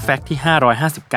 แฟกต์ที่559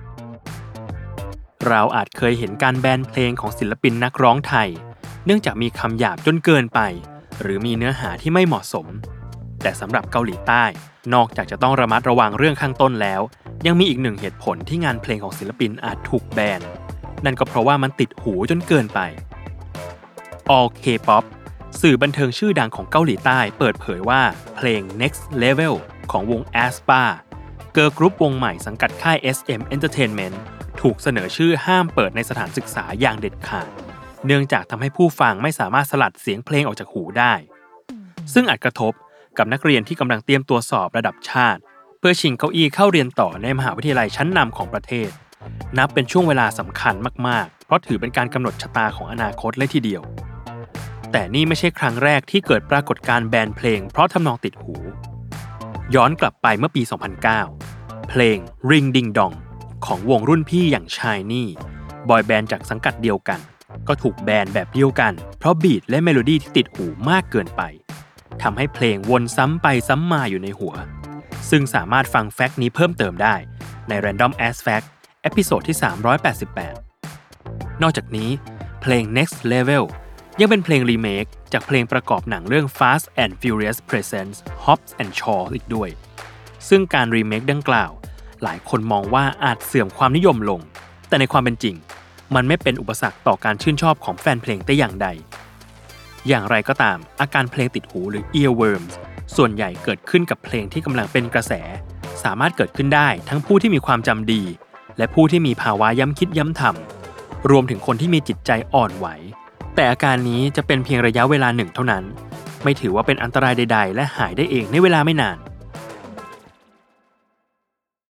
เราอาจเคยเห็นการแบนเพลงของศิลปินนักร้องไทยเนื่องจากมีคำหยาบจนเกินไปหรือมีเนื้อหาที่ไม่เหมาะสมแต่สำหรับเกาหลีใต้นอกจากจะต้องระมัดระวังเรื่องข้างต้นแล้วยังมีอีกหนึ่งเหตุผลที่งานเพลงของศิลปินอาจถูกแบนนั่นก็เพราะว่ามันติดหูจนเกินไป All K-pop สื่อบันเทิงชื่อดังของเกาหลีใต้เปิดเผยว่าเพลง Next Level ของวง aespa เกิร์ลกรุ๊ปวงใหม่สังกัดค่าย SM Entertainment ถูกเสนอชื่อห้ามเปิดในสถานศึกษาอย่างเด็ดขาดเนื่องจากทำให้ผู้ฟังไม่สามารถสลัดเสียงเพลงออกจากหูได้ซึ่งอาจกระทบกับนักเรียนที่กำลังเตรียมตัวสอบระดับชาติเพื่อชิงเก้าอี้เข้าเรียนต่อในมหาวิทยาลัยชั้นนำของประเทศนับเป็นช่วงเวลาสำคัญมากๆเพราะถือเป็นการกำหนดชะตาของอนาคตเลยทีเดียวแต่นี่ไม่ใช่ครั้งแรกที่เกิดปรากฏการณ์แบนเพลงเพราะทำนองติดหูย้อนกลับไปเมื่อปี 2009 เพลง Ring Ding Dong ของวงรุ่นพี่อย่าง Shiny บอยแบนด์จากสังกัดเดียวกันก็ถูกแบนแบบเดียวกันเพราะบีทและเมโลดี้ที่ติดหูมากเกินไปทำให้เพลงวนซ้ำไปซ้ำมาอยู่ในหัวซึ่งสามารถฟังแฟกต์นี้เพิ่มเติมได้ใน Random As Fact เอพิโซดที่388นอกจากนี้เพลง Next Level ยังเป็นเพลงรีเมคจากเพลงประกอบหนังเรื่อง Fast and Furious Presents Hobbs and Shaw อีกด้วยซึ่งการรีเมคดังกล่าวหลายคนมองว่าอาจเสื่อมความนิยมลงแต่ในความเป็นจริงมันไม่เป็นอุปสรรคต่อการชื่นชอบของแฟนเพลงแต่อย่างใดอย่างไรก็ตามอาการเพลงติดหูหรือ earworms ส่วนใหญ่เกิดขึ้นกับเพลงที่กำลังเป็นกระแสสามารถเกิดขึ้นได้ทั้งผู้ที่มีความจำดีและผู้ที่มีภาวะย้ำคิดย้ำทำรวมถึงคนที่มีจิตใจอ่อนไหวแต่อาการนี้จะเป็นเพียงระยะเวลาหนึ่งเท่านั้นไม่ถือว่าเป็นอันตรายใดๆและหายได้เองในเวลาไม่นาน